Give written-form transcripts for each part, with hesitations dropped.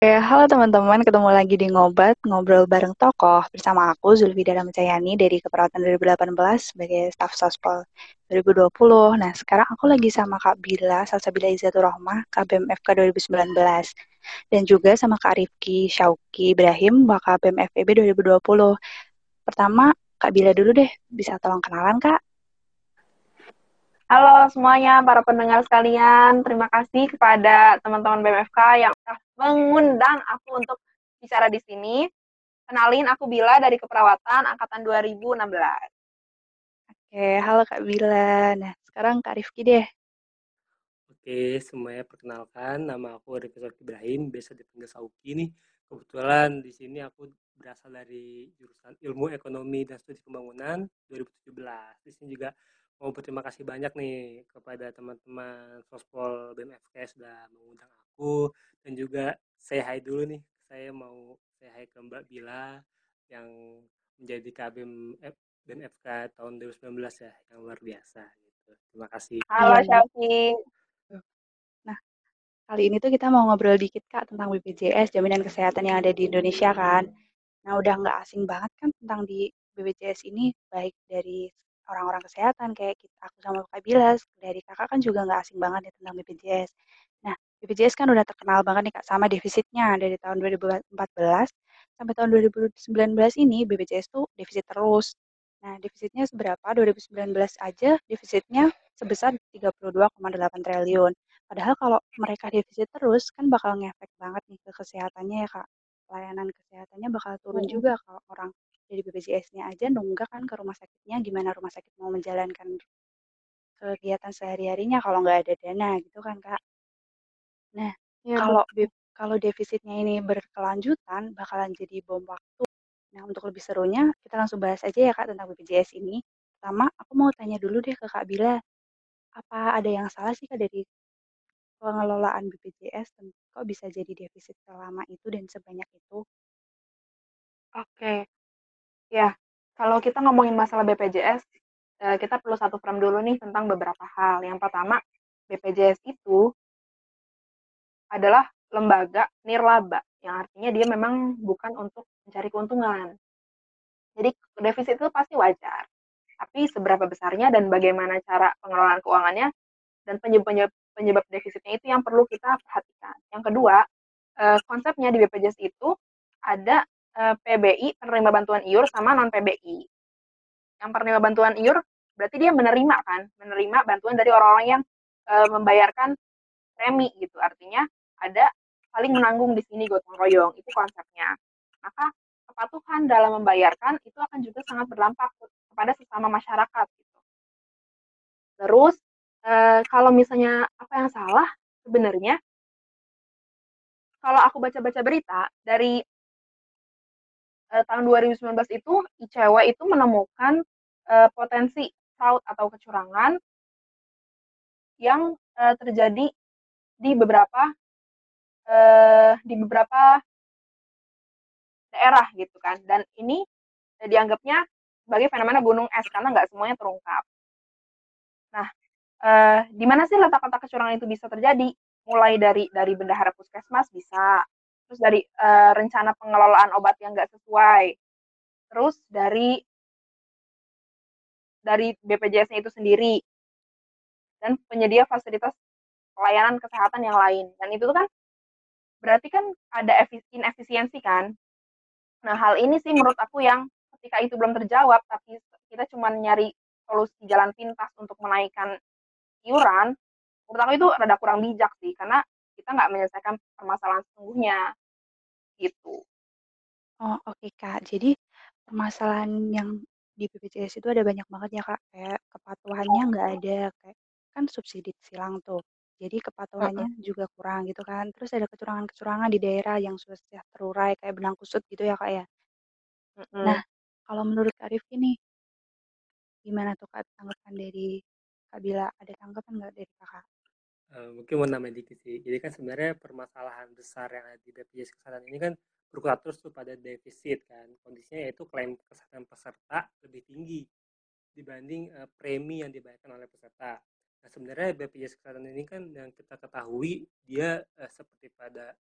Halo teman-teman, ketemu lagi di Ngobat, ngobrol bareng tokoh bersama aku Zulfi Ramacayani dari Keperawatan 2018 sebagai staf Sospol 2020. Nah, sekarang aku lagi sama Kak Bila, Salsabila Izzatur Rahmah, KBM FK 2019. Dan juga sama Kak Rifki Syauki Ibrahim, Wakabem FEB 2020. Pertama, Kak Bila dulu deh, bisa tolong kenalan Kak? Halo semuanya, para pendengar sekalian. Terima kasih kepada teman-teman BMFK yang telah mengundang aku untuk bicara di sini. Kenalin, aku Bila dari Keperawatan Angkatan 2016. Halo Kak Bila. Nah, sekarang Kak Rifki deh. Oke, semuanya perkenalkan, nama aku Rifki Ibrahim, biasa dipanggil Sauki nih. Kebetulan di sini aku berasal dari jurusan Ilmu Ekonomi dan Studi Pembangunan 2017. Di sini juga mau berterima kasih banyak nih kepada teman-teman Sospol BMFK sudah mengundang aku dan juga saya hai dulu nih. Saya mau saya hai ke Mbak Bila yang menjadi KBM BMFK tahun 2019 ya, yang luar biasa gitu. Terima kasih. Halo Iya. Syafie. Nah, kali ini tuh kita mau ngobrol dikit Kak tentang BPJS, jaminan kesehatan yang ada di Indonesia kan. Nah, udah nggak asing banget kan tentang di BPJS ini, baik dari orang-orang kesehatan kayak kita, aku sama Kak Bilas, dari kakak kan juga nggak asing banget ya tentang BPJS. Nah, BPJS kan udah terkenal banget nih Kak sama defisitnya dari tahun 2014 sampai tahun 2019 ini BPJS tuh defisit terus. Nah, defisitnya seberapa? 2019 aja defisitnya sebesar 32,8 triliun. Padahal kalau mereka defisit terus kan bakal ngefek banget nih ke kesehatannya ya Kak. Pelayanan kesehatannya bakal turun Mm-mm. juga kalau orang dari BPJS-nya aja nunggak kan ke rumah sakitnya, gimana rumah sakit mau menjalankan kegiatan sehari-harinya kalau nggak ada dana gitu kan Kak. Nah, Ya kalau betul. kalau defisitnya ini berkelanjutan bakalan jadi bom waktu. Nah, untuk lebih serunya kita langsung bahas aja ya Kak tentang BPJS ini. Pertama, aku mau tanya dulu deh ke Kak Bila, apa ada yang salah sih Kak dari pengelolaan BPJS kok bisa jadi defisit selama itu dan sebanyak itu? Oke, ya. Kalau kita ngomongin masalah BPJS, kita perlu satu frame dulu nih tentang beberapa hal. Yang pertama, BPJS itu adalah lembaga nirlaba, yang artinya dia memang bukan untuk mencari keuntungan. Jadi defisit itu pasti wajar. Tapi seberapa besarnya dan bagaimana cara pengelolaan keuangannya dan penyebab defisitnya itu yang perlu kita perhatikan. Yang kedua, konsepnya di BPJS itu ada PBI, penerima bantuan iur, sama non PBI. Yang penerima bantuan iur berarti dia menerima kan, menerima bantuan dari orang-orang yang membayarkan premi gitu. Artinya ada saling menanggung di sini gotong royong, itu konsepnya. Maka kepatuhan dalam membayarkan itu akan juga sangat berdampak kepada sesama masyarakat gitu. Terus kalau misalnya apa yang salah sebenarnya, kalau aku baca-baca berita dari tahun 2019 itu ICW itu menemukan potensi fraud atau kecurangan yang terjadi di beberapa daerah gitu kan, dan ini dianggapnya sebagai fenomena gunung es karena nggak semuanya terungkap. Nah, di mana sih letak-letak kecurangan itu bisa terjadi? Mulai dari bendahara puskesmas bisa, terus dari rencana pengelolaan obat yang nggak sesuai, terus dari BPJS-nya itu sendiri, dan penyedia fasilitas pelayanan kesehatan yang lain. Dan itu kan berarti kan ada inefisiensi kan. Nah, hal ini sih menurut aku yang ketika itu belum terjawab, tapi kita cuma nyari solusi jalan pintas untuk menaikkan iuran, menurut aku itu rada kurang bijak sih, karena kita nggak menyelesaikan permasalahan sesungguhnya gitu. Oh, oke Kak. Jadi permasalahan yang di BPJS itu ada banyak banget ya Kak. Kayak kepatuhannya nggak ada, kayak kan subsidi silang tuh. Jadi kepatuhannya Mm-mm, juga kurang gitu kan. Terus ada kecurangan-kecurangan di daerah yang sudah terurai kayak benang kusut gitu ya Kak ya. Nah, mm-mm. kalau menurut Kak Rifki nih, gimana tuh Kak tanggapan dari Kak Bila? Ada tanggapan nggak dari Kakak? Mungkin mau nambahin dikit sih. Jadi kan sebenarnya permasalahan besar yang ada di BPJS Kesehatan ini kan berkutat terus tuh pada defisit kan. Kondisinya yaitu klaim kesehatan peserta lebih tinggi dibanding premi yang dibayarkan oleh peserta. Nah sebenarnya BPJS Kesehatan ini kan yang kita ketahui dia seperti pada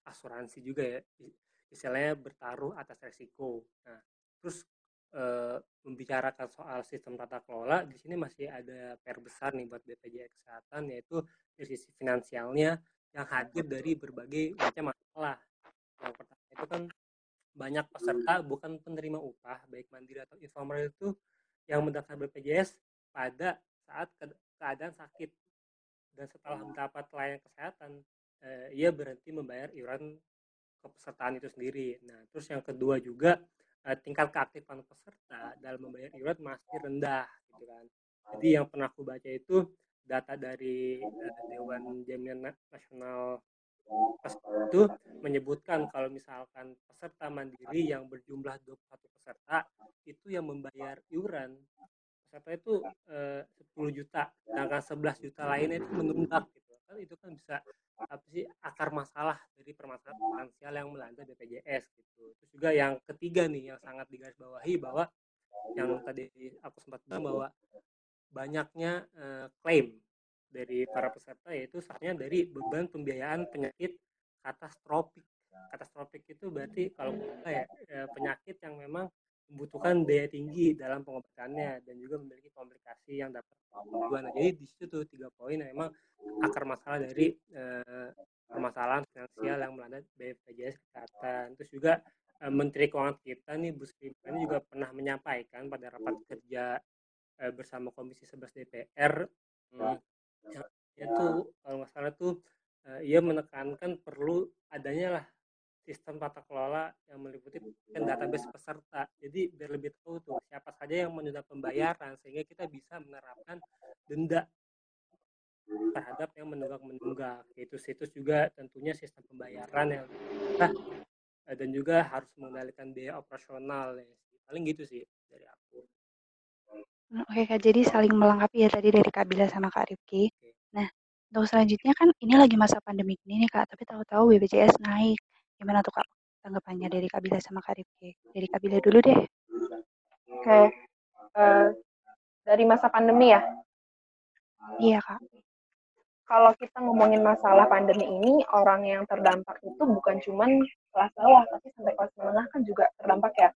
asuransi juga ya, istilahnya bertaruh atas resiko. Nah, terus membicarakan soal sistem tata kelola, di sini masih ada PR besar nih buat BPJS Kesehatan, yaitu dari sisi finansialnya yang hadir dari berbagai macam masalah. Yang pertama itu kan banyak peserta bukan penerima upah, baik mandiri atau informal itu yang mendaftar BPJS pada saat keadaan sakit dan setelah mendapat layanan kesehatan, ia berhenti membayar iuran kepesertaan itu sendiri. Nah, terus yang kedua juga tingkat keaktifan peserta dalam membayar iuran masih rendah, gitu kan. Jadi yang pernah aku baca itu data dari Dewan Jaminan Nasional itu menyebutkan kalau misalkan peserta mandiri yang berjumlah 21 peserta itu yang membayar iuran peserta itu 10 juta, sedangkan 11 juta lainnya itu menunggak gitu. Kan itu kan bisa apa sih akar masalah dari permasalahan finansial yang melanda BPJS gitu. Terus juga yang ketiga nih yang sangat digarisbawahi bahwa yang tadi aku sempat bilang bahwa banyaknya klaim dari para peserta yaitu saatnya dari beban pembiayaan penyakit katastropik. Katastropik itu berarti kalau ya, penyakit yang memang membutuhkan biaya tinggi dalam pengobatannya dan juga memiliki komplikasi yang dapat tujuan. Nah, jadi di situ tuh 3 poin yang memang akar masalah dari permasalahan finansial yang melanda BPJS Kesehatan. Terus juga Menteri Keuangan kita nih Bu Sri Mulyani juga pernah menyampaikan pada rapat kerja bersama Komisi 11 DPR yang itu kalau nggak salah tuh ia menekankan perlu adanya lah sistem tata kelola yang meliputi kan database peserta. Jadi biar lebih tahu tuh siapa saja yang menunda pembayaran sehingga kita bisa menerapkan denda terhadap yang menunggak-menunggak. Itu situs juga tentunya sistem pembayaran yang dan juga harus mengendalikan biaya operasional ya. Paling gitu sih dari aku. Oke Kak, jadi saling melengkapi ya tadi dari Kak Bila sama Kak Rifki. Oke. Nah, untuk selanjutnya kan ini lagi masa pandemi ini nih Kak, tapi tahu-tahu BPJS naik. Gimana tuh Kak tanggapannya dari Kak Bila sama Kak Rifki? Dari Kak Bila dulu deh. Oke, uh, dari masa pandemi ya. Iya Kak. Kalau kita ngomongin masalah pandemi ini, orang yang terdampak itu bukan cuman kelas bawah, tapi sampai kelas menengah kan juga terdampak ya.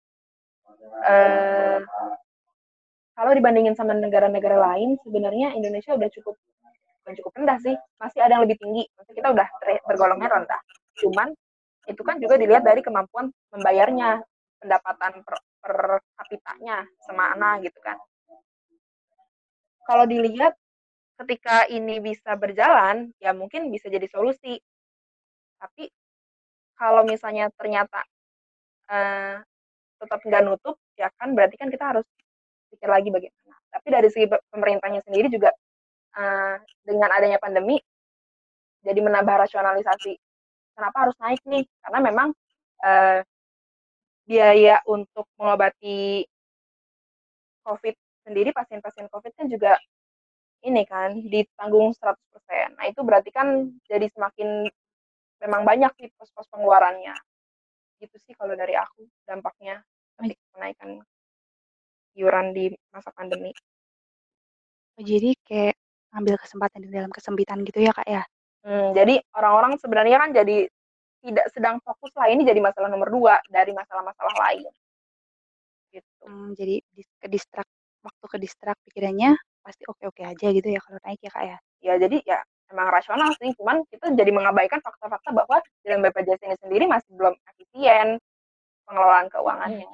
Uh, Kalau dibandingin sama negara-negara lain, sebenarnya Indonesia udah bukan cukup rendah sih, masih ada yang lebih tinggi. Maksudnya kita udah tergolongnya rendah. Cuman itu kan juga dilihat dari kemampuan membayarnya, pendapatan per kapitanya semana gitu kan. Kalau dilihat ketika ini bisa berjalan, ya mungkin bisa jadi solusi. Tapi kalau misalnya ternyata uh, tetap nggak nutup, ya kan berarti kan kita harus pikir lagi bagaimana. Tapi dari segi pemerintahnya sendiri juga dengan adanya pandemi jadi menambah rasionalisasi. Kenapa harus naik nih? Karena memang uh, biaya untuk mengobati COVID sendiri, pasien-pasien COVID kan juga ini kan ditanggung 100%. Nah itu berarti kan jadi semakin memang banyak sih pos-pos pengeluarannya. Gitu sih kalau dari aku dampaknya ketika kenaikan iuran di masa pandemi. Jadi kayak ambil kesempatan di dalam kesempitan gitu ya Kak ya? Jadi orang-orang sebenarnya kan jadi tidak sedang fokus lah, ini jadi masalah nomor 2 dari masalah-masalah lain. Gitu. Jadi waktu ke distrak pikirannya pasti oke-oke aja gitu ya kalau naik ya Kak ya? Ya jadi ya emang rasional sih, cuman kita jadi mengabaikan fakta-fakta bahwa dalam BPJS ini sendiri masih belum efisien pengelolaan keuangannya.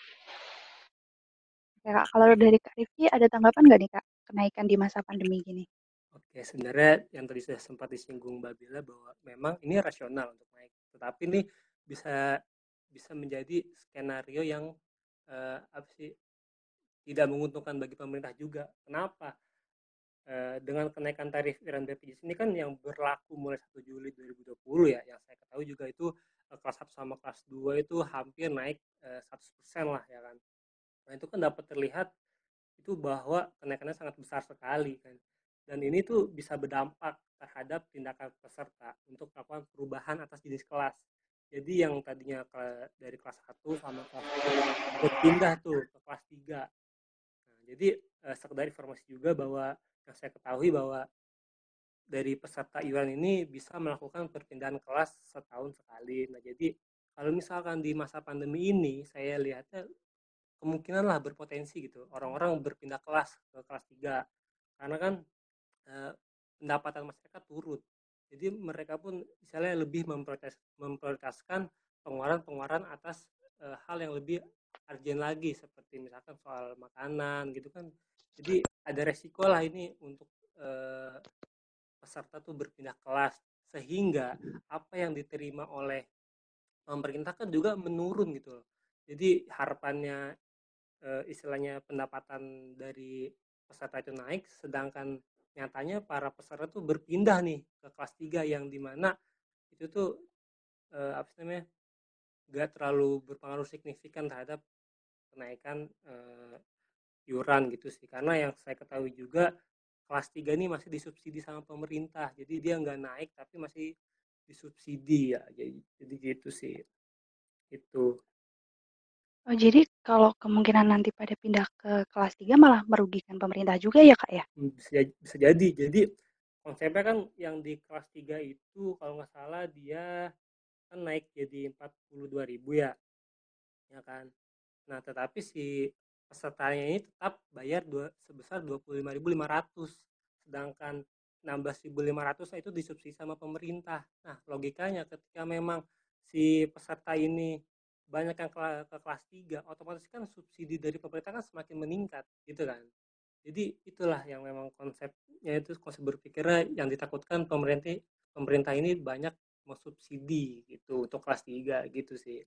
Ya Kak, kalau dari Kak Rifki ada tanggapan nggak nih Kak kenaikan di masa pandemi gini? Oke, sebenarnya yang tadi sudah sempat disinggung Mbak Bila bahwa memang ini rasional untuk naik, tetapi ini bisa bisa menjadi skenario yang apa sih tidak menguntungkan bagi pemerintah juga. Kenapa? Dengan kenaikan tarif iuran BPJS ini kan yang berlaku mulai 1 Juli 2020 ya, yang saya ketahui juga itu kelas 1 sama kelas 2 itu hampir naik 100% lah ya kan. Nah itu kan dapat terlihat itu bahwa kenaikannya sangat besar sekali kan. Dan ini tuh bisa berdampak terhadap tindakan peserta untuk melakukan perubahan atas jenis kelas. Jadi yang tadinya dari kelas 1 sama kelas 2 berpindah tuh ke kelas 3. Nah, jadi sekedar informasi juga bahwa yang saya ketahui bahwa dari peserta iuran ini bisa melakukan perpindahan kelas setahun sekali. Nah, jadi kalau misalkan di masa pandemi ini, saya lihatnya kemungkinan lah berpotensi gitu orang-orang berpindah kelas ke kelas 3 karena kan eh, pendapatan masyarakat turun. Jadi mereka pun misalnya lebih memprioritaskan pengeluaran-pengeluaran atas hal yang lebih urgent lagi seperti misalkan soal makanan gitu kan. Jadi ada resiko lah ini untuk eh, peserta tuh berpindah kelas sehingga apa yang diterima oleh pemerintah kan juga menurun gitu loh. Jadi harapannya istilahnya pendapatan dari peserta itu naik, sedangkan nyatanya para peserta tuh berpindah nih ke kelas 3 yang dimana itu tuh apa sih namanya gak terlalu berpengaruh signifikan terhadap kenaikan iuran gitu sih. Karena yang saya ketahui juga kelas 3 ini masih disubsidi sama pemerintah, jadi dia nggak naik tapi masih disubsidi ya. Jadi gitu sih. Itu Oh, jadi kalau kemungkinan nanti pada pindah ke kelas 3 malah merugikan pemerintah juga ya, Kak, ya? bisa jadi. Jadi konsepnya kan yang di kelas 3 itu kalau nggak salah dia kan naik jadi 42.000 ya, ya kan. Nah, tetapi si pesertanya ini tetap bayar sebesar 25.500, sedangkan 16.500 itu disubsidi sama pemerintah. Nah, logikanya ketika memang si peserta ini banyak yang ke kelas 3, otomatis kan subsidi dari pemerintah kan semakin meningkat, gitu kan. Jadi itulah yang memang konsepnya itu konsep berpikirnya yang ditakutkan pemerintah pemerintah ini banyak mensubsidi gitu untuk kelas 3 gitu sih.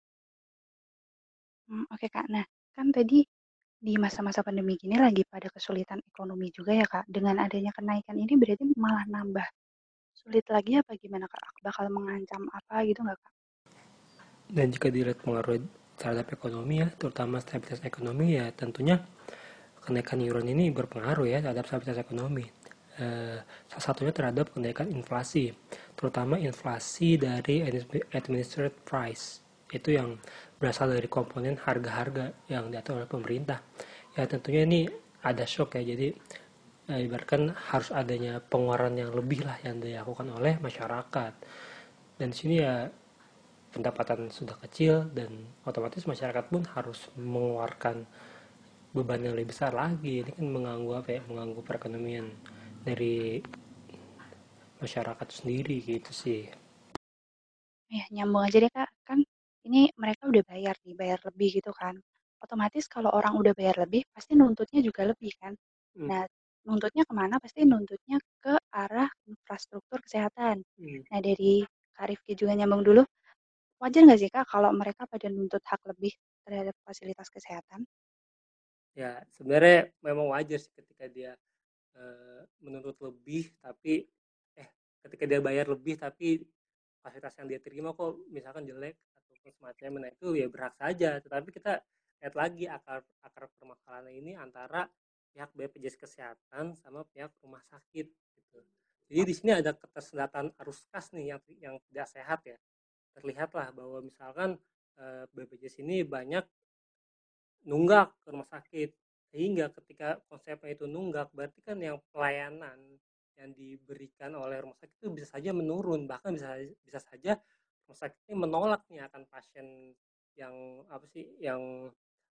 Oke, Kak. Nah, kan tadi di masa-masa pandemi gini lagi pada kesulitan ekonomi juga ya, Kak. Dengan adanya kenaikan ini berarti malah nambah sulit lagi apa gimana, Kak? Bakal mengancam apa gitu nggak, Kak? Dan jika dilihat pengaruh terhadap ekonomi ya, terutama stabilitas ekonomi ya tentunya kenaikan iuran ini berpengaruh ya terhadap stabilitas ekonomi. Salah satunya terhadap kenaikan inflasi, terutama inflasi dari administered price, itu yang berasal dari komponen harga-harga yang diatur oleh pemerintah. Ya tentunya ini ada shock ya, jadi ibaratkan harus adanya pengeluaran yang lebih lah yang dilakukan oleh masyarakat. Dan di sini ya pendapatan sudah kecil dan otomatis masyarakat pun harus mengeluarkan beban yang lebih besar lagi. Ini kan mengganggu apa ya, mengganggu perekonomian dari masyarakat sendiri gitu sih. Ya, nyambung aja deh, Kak. Kan ini mereka udah bayar nih, bayar lebih gitu kan. Otomatis kalau orang udah bayar lebih, pasti nuntutnya juga lebih kan. Hmm, Nah, nuntutnya kemana? Pasti nuntutnya ke arah infrastruktur kesehatan. hmm. Nah, dari Kak Rifki juga nyambung dulu, wajar nggak sih, Kak, kalau mereka pada nuntut hak lebih terhadap fasilitas kesehatan? Ya sebenarnya memang wajar sih ketika dia menuntut lebih tapi ketika dia bayar lebih tapi fasilitas yang dia terima kok misalkan jelek ataupun semacamnya, nah itu ya berhak saja. Tetapi kita lihat lagi akar akar permasalahan ini antara pihak BPJS Kesehatan sama pihak rumah sakit gitu. Jadi di sini ada ketersendatan arus kas nih yang tidak sehat ya. Terlihatlah bahwa misalkan BPJS ini banyak nunggak ke rumah sakit, sehingga ketika konsepnya itu nunggak berarti kan yang pelayanan yang diberikan oleh rumah sakit itu bisa saja menurun, bahkan bisa saja rumah sakit ini menolak nih akan pasien yang apa sih yang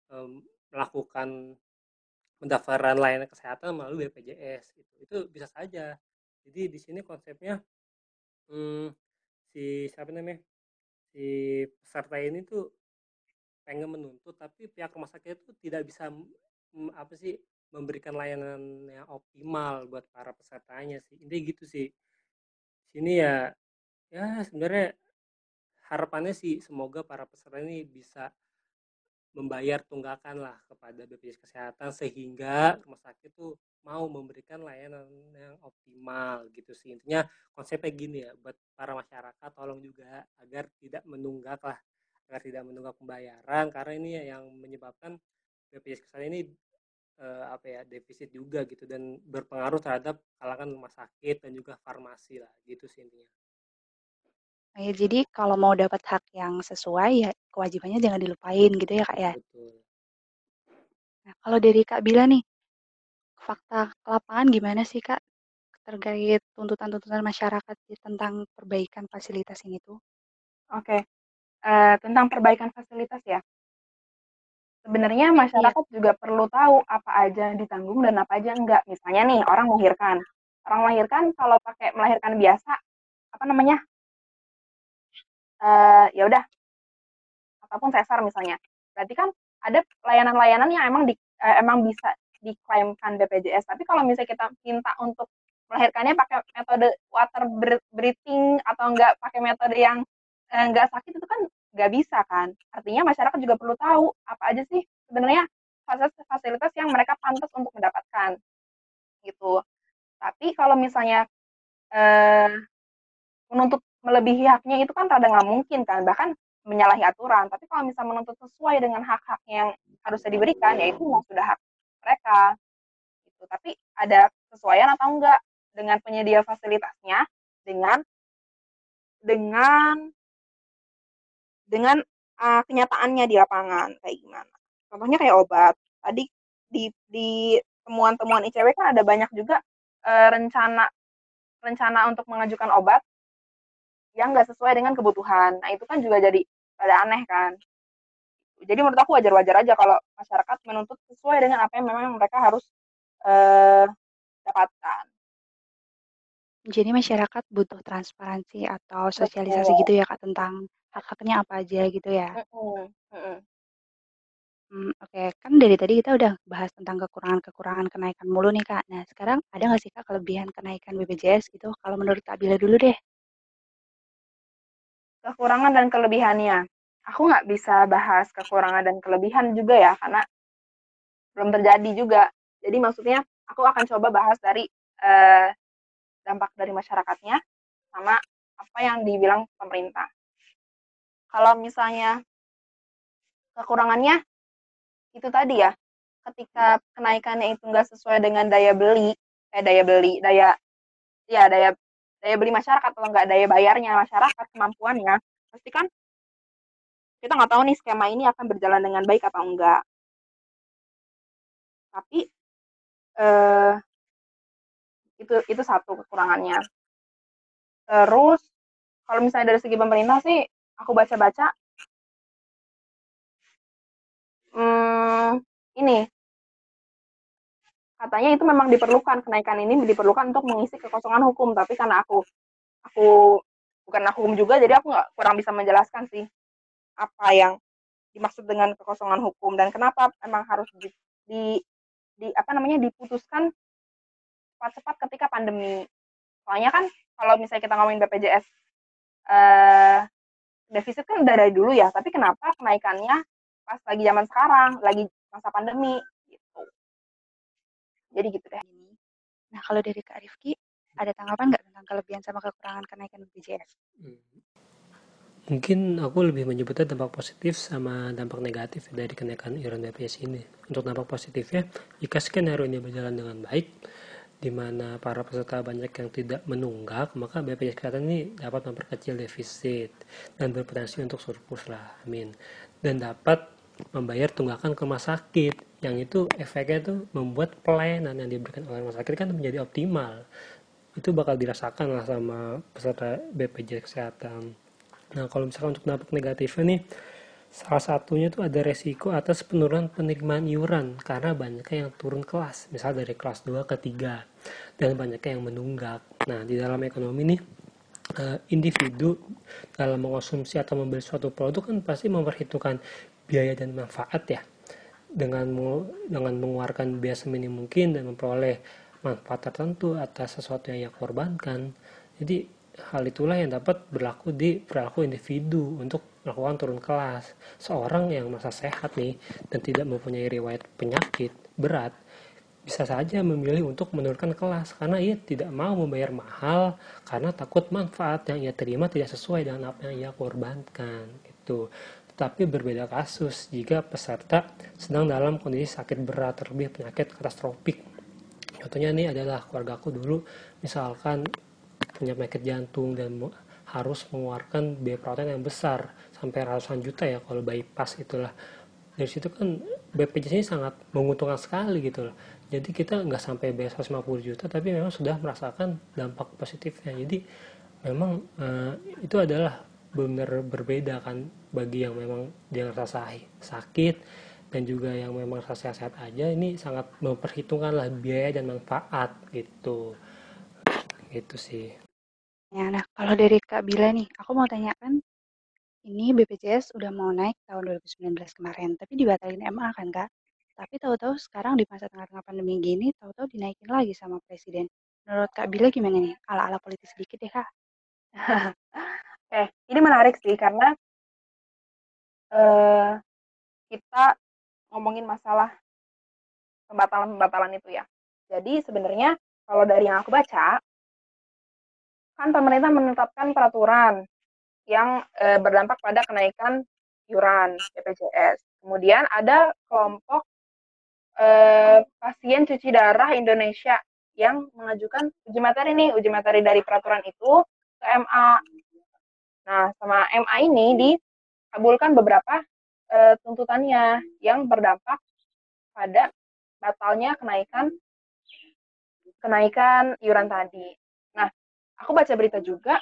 melakukan pendaftaran layanan kesehatan melalui BPJS itu bisa saja. Jadi di sini konsepnya hmm, si siapa namanya si peserta ini tuh pengen menuntut tapi pihak rumah sakit itu tidak bisa apa sih memberikan layanan yang optimal buat para pesertanya sih. Intinya gitu sih. Sini ya sebenarnya harapannya sih semoga para peserta ini bisa membayar tunggakan lah kepada BPJS Kesehatan sehingga rumah sakit tuh mau memberikan layanan yang optimal gitu sih. Intinya konsepnya gini ya, buat para masyarakat tolong juga agar tidak menunggak lah, agar tidak menunggak pembayaran karena ini yang menyebabkan BPJS Kesehatan ini apa ya defisit juga gitu dan berpengaruh terhadap kalangan rumah sakit dan juga farmasi lah gitu sih intinya. Nah, ya, jadi kalau mau dapat hak yang sesuai ya kewajibannya jangan dilupain gitu ya, Kak, ya. Betul. Nah, kalau dari Kak Bila nih, fakta ke lapangan gimana sih, Kak? terkait tuntutan-tuntutan masyarakat tentang perbaikan fasilitas ini tuh? Oke, tentang perbaikan fasilitas ya. Sebenarnya Iya, masyarakat juga perlu tahu apa aja yang ditanggung dan apa aja enggak. Misalnya nih, orang melahirkan. Orang melahirkan kalau pakai melahirkan biasa, apa namanya? Ya udah, ataupun sesar misalnya. Berarti kan ada layanan-layanan yang emang bisa diklaimkan BPJS. Tapi kalau misalnya kita minta untuk melahirkannya pakai metode water breathing atau enggak pakai metode yang enggak sakit itu kan enggak bisa kan. Artinya masyarakat juga perlu tahu apa aja sih sebenarnya fasilitas yang mereka pantas untuk mendapatkan gitu. Tapi kalau misalnya eh, menuntut melebihi haknya itu kan rada nggak mungkin kan, bahkan menyalahi aturan. Tapi kalau misalnya menuntut sesuai dengan hak-haknya yang harusnya diberikan, ya itu memang sudah hak mereka. Gitu. Tapi ada kesesuaian atau enggak dengan penyedia fasilitasnya, dengan dengan dengan kenyataannya di lapangan kayak gimana. Contohnya kayak obat. Tadi di temuan-temuan ICW kan ada banyak juga rencana rencana untuk mengajukan obat yang nggak sesuai dengan kebutuhan. Nah itu kan juga jadi ada aneh kan. Jadi menurut aku wajar-wajar aja kalau masyarakat menuntut sesuai dengan apa yang memang mereka harus eh, dapatkan. jadi masyarakat butuh transparansi atau sosialisasi Betul. gitu ya Kak tentang hak-haknya apa aja gitu ya. Mm-mm, mm-mm. Oke, kan dari tadi kita udah bahas tentang kekurangan-kekurangan kenaikan mulu nih Kak. Nah, sekarang ada nggak sih Kak kelebihan kenaikan BPJS gitu? Kalau menurut Kak Bila dulu deh. Kekurangan dan kelebihannya. Aku nggak bisa bahas kekurangan dan kelebihan juga ya, karena belum terjadi juga. Jadi maksudnya aku akan coba bahas dari eh, dampak dari masyarakatnya sama apa yang dibilang pemerintah. Kalau misalnya kekurangannya itu tadi ya, ketika kenaikannya itu nggak sesuai dengan daya ya daya beli masyarakat atau enggak daya bayarnya masyarakat kemampuannya, pasti kan kita nggak tahu nih skema ini akan berjalan dengan baik atau enggak. Tapi eh, itu satu kekurangannya. Terus kalau misalnya dari segi pemerintah sih, aku baca-baca hmm, ini katanya itu memang diperlukan, kenaikan ini diperlukan untuk mengisi kekosongan hukum. Tapi karena aku bukan hukum juga, jadi aku nggak kurang bisa menjelaskan sih apa yang dimaksud dengan kekosongan hukum dan kenapa emang harus di, apa namanya diputuskan cepat-cepat ketika pandemi. Soalnya kan kalau misalnya kita ngomongin BPJS eh, defisit kan udah dari dulu ya, tapi kenapa kenaikannya pas lagi zaman sekarang, lagi masa pandemi gitu. Jadi gitu deh. Nah, kalau dari Kak Rifki, ada tanggapan nggak tentang kelebihan sama kekurangan kenaikan BPJS? Hmm. Mungkin aku lebih menyebutnya dampak positif sama dampak negatif dari kenaikan iuran BPJS ini. Untuk dampak positifnya, jika skenario ini berjalan dengan baik, di mana para peserta banyak yang tidak menunggak, maka BPJS Kesehatan ini dapat memperkecil defisit dan berpotensi untuk surplus lah, amin. Dan dapat membayar tunggakan ke rumah sakit, yang itu efeknya tuh membuat pelayanan yang diberikan oleh rumah sakit kan menjadi optimal. Itu bakal dirasakan lah sama peserta BPJS Kesehatan. Nah, kalau misalkan untuk dampak negatifnya nih, salah satunya tuh ada resiko atas penurunan penerimaan iuran karena banyaknya yang turun kelas, misal dari kelas 2 ke 3, dan banyaknya yang menunggak. Nah, di dalam ekonomi nih, individu dalam mengonsumsi atau membeli suatu produk kan pasti memperhitungkan biaya dan manfaat ya, dengan dengan mengeluarkan biaya seminim mungkin dan memperoleh manfaat tertentu atas sesuatu yang ia korbankan. Jadi hal itulah yang dapat berlaku di perilaku individu untuk melakukan turun kelas. Seorang yang merasa sehat nih dan tidak mempunyai riwayat penyakit berat bisa saja memilih untuk menurunkan kelas karena ia tidak mau membayar mahal karena takut manfaat yang ia terima tidak sesuai dengan apa yang ia korbankan gitu. Tetapi berbeda kasus jika peserta sedang dalam kondisi sakit berat terlebih penyakit katastrofik. Contohnya nih adalah keluargaku dulu misalkan punya penyakit jantung dan harus mengeluarkan biaya perawatan yang besar sampai ratusan juta ya kalau bypass itulah. Dari situ kan BPJS ini sangat menguntungkan sekali gitu loh. Jadi kita nggak sampai bayar 150 juta tapi memang sudah merasakan dampak positifnya. Jadi memang itu adalah benar berbeda kan bagi yang memang dia ngerasa sakit dan juga yang memang rasa sehat aja, ini sangat memperhitungkan lah biaya dan manfaat gitu. Gitu sih. Ya, nah kalau dari Kak Bila nih, aku mau tanyakan, ini BPJS udah mau naik tahun 2019 kemarin, tapi dibatalin MA kan Kak? Tapi tahu-tahu sekarang di masa tengah-tengah pandemi gini, tahu-tahu dinaikin lagi sama Presiden. Menurut Kak Bila gimana nih? Ala-ala politis sedikit deh Kak. Ini menarik sih karena eh, kita ngomongin masalah pembatalan-pembatalan itu ya. Jadi sebenarnya kalau dari yang aku baca, kan pemerintah menetapkan peraturan yang berdampak pada kenaikan iuran BPJS. Kemudian ada kelompok pasien cuci darah Indonesia yang mengajukan uji materi nih, uji materi dari peraturan itu ke MA. Nah, sama MA ini dikabulkan beberapa tuntutannya yang berdampak pada batalnya kenaikan kenaikan iuran tadi. Nah, aku baca berita juga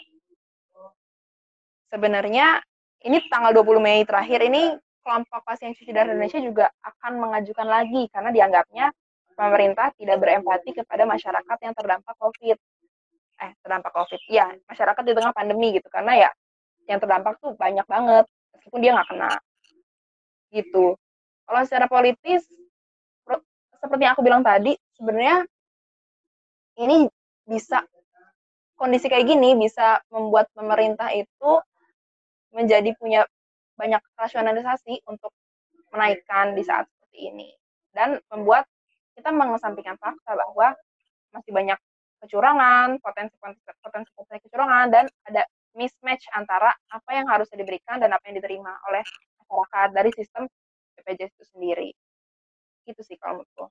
sebenarnya ini tanggal 20 Mei terakhir ini kelompok pasien cuci darah Indonesia juga akan mengajukan lagi karena dianggapnya pemerintah tidak berempati kepada masyarakat yang terdampak COVID. Terdampak COVID. Ya, masyarakat di tengah pandemi gitu. Karena ya yang terdampak tuh banyak banget meskipun dia nggak kena gitu. Kalau secara politis seperti yang aku bilang tadi, sebenarnya ini bisa kondisi kayak gini bisa membuat pemerintah itu menjadi punya banyak rasionalisasi untuk menaikkan di saat seperti ini dan membuat kita mengesampingkan fakta bahwa masih banyak kecurangan, potensi kecurangan dan ada mismatch antara apa yang harus diberikan dan apa yang diterima oleh masyarakat dari sistem BPJS itu sendiri. Itu sih kalau menurutku.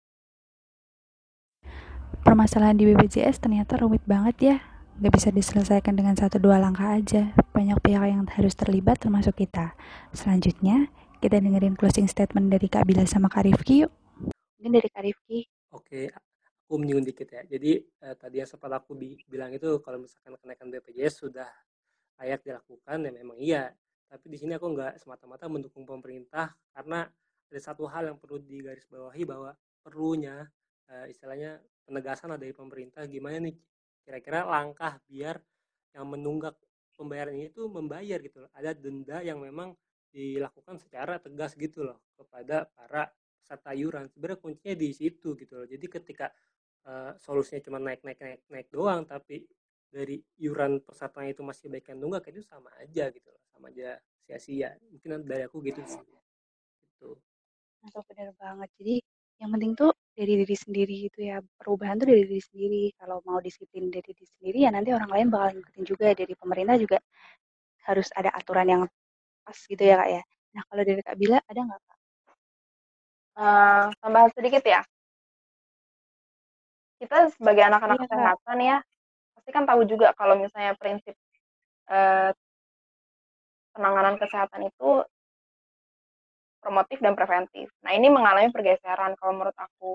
Permasalahan di BPJS ternyata rumit banget ya. Gak bisa diselesaikan dengan 1-2 langkah aja. Banyak pihak yang harus terlibat termasuk kita. Selanjutnya, kita dengerin closing statement dari Kak Bila sama Kak Rifki yuk. Mungkin dari Kak Rifki. Oke, aku menyinggung dikit ya. Jadi tadi yang sempat aku bilang itu kalau misalkan kenaikan BPJS sudah layak dilakukan ya memang iya. Tapi di sini aku nggak semata-mata mendukung pemerintah karena ada satu hal yang perlu digarisbawahi bahwa perlunya istilahnya penegasan dari pemerintah gimana nih kira-kira langkah biar yang menunggak pembayaran ini tuh membayar gitu loh. Ada denda yang memang dilakukan secara tegas gitu loh kepada para peserta iuran. Sebenarnya kuncinya di situ gitu loh. Jadi ketika solusinya cuma naik naik naik naik doang tapi dari iuran pesertanya itu masih baik yang nunggak itu sama aja gitu loh, sama aja sia-sia. Mungkin dari aku gitu sih. Gitu. Nah, benar banget. Jadi yang penting tuh dari diri sendiri gitu ya. Perubahan tuh dari diri sendiri. Kalau mau disiplin dari diri sendiri ya nanti orang lain bakal ngikutin juga. Dari pemerintah juga harus ada aturan yang pas gitu ya Kak ya. Nah kalau dari Kak Bila ada nggak Kak? Tambahan sedikit ya, kita sebagai anak-anak Iya Kak. kesehatan ya, pasti kan tahu juga kalau misalnya prinsip eh, penanganan kesehatan itu promotif dan preventif. Nah ini mengalami pergeseran kalau menurut aku.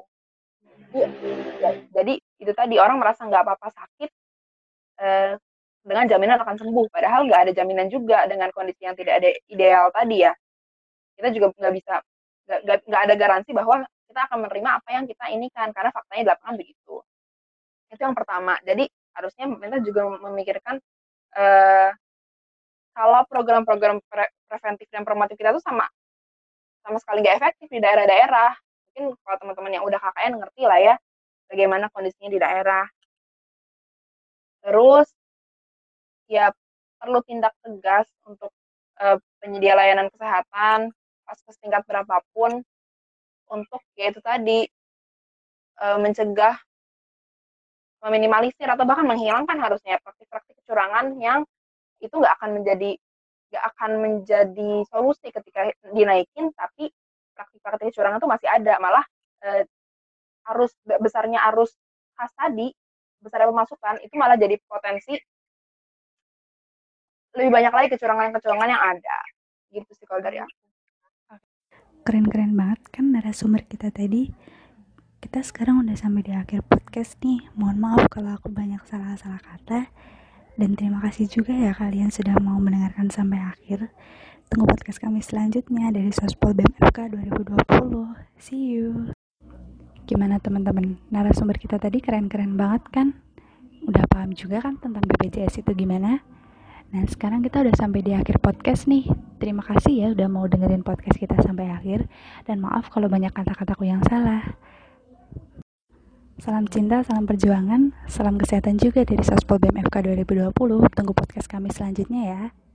Jadi itu tadi orang merasa nggak apa-apa sakit eh, dengan jaminan akan sembuh. Padahal nggak ada jaminan juga dengan kondisi yang tidak ada ideal tadi ya. Kita juga nggak bisa nggak ada garansi bahwa kita akan menerima apa yang kita inginkan karena faktanya di lapangan begitu. Itu yang pertama. Jadi harusnya pemerintah juga memikirkan eh, kalau program-program preventif dan promotif kita tuh sama sama sekali nggak efektif di daerah-daerah. Mungkin kalau teman-teman yang udah KKN ngerti lah ya bagaimana kondisinya di daerah. Terus ya perlu tindak tegas untuk penyedia layanan kesehatan pas tingkat berapapun untuk yaitu tadi mencegah, meminimalisir atau bahkan menghilangkan harusnya praktik-praktik kecurangan yang itu nggak akan menjadi solusi ketika dinaikin tapi praktik-praktik kecurangan itu masih ada malah eh, arus kas tadi besarnya pemasukan itu malah jadi potensi lebih banyak lagi kecurangan-kecurangan yang ada gitu sih kalau dari aku. Keren-keren banget kan narasumber kita tadi. Kita sekarang udah sampai di akhir podcast nih. Mohon maaf kalau aku banyak salah-salah kata. Dan terima kasih juga ya kalian sudah mau mendengarkan sampai akhir. Tunggu podcast kami selanjutnya dari Sospol BEM FK 2020. See you. Gimana teman-teman? Narasumber kita tadi keren-keren banget kan? Udah paham juga kan tentang BPJS itu gimana? Nah, sekarang kita udah sampai di akhir podcast nih. Terima kasih ya udah mau dengerin podcast kita sampai akhir. Dan maaf kalau banyak kata-kataku yang salah. Salam cinta, salam perjuangan, salam kesehatan juga dari Sospol BEM FK 2020. Tunggu podcast kami selanjutnya ya.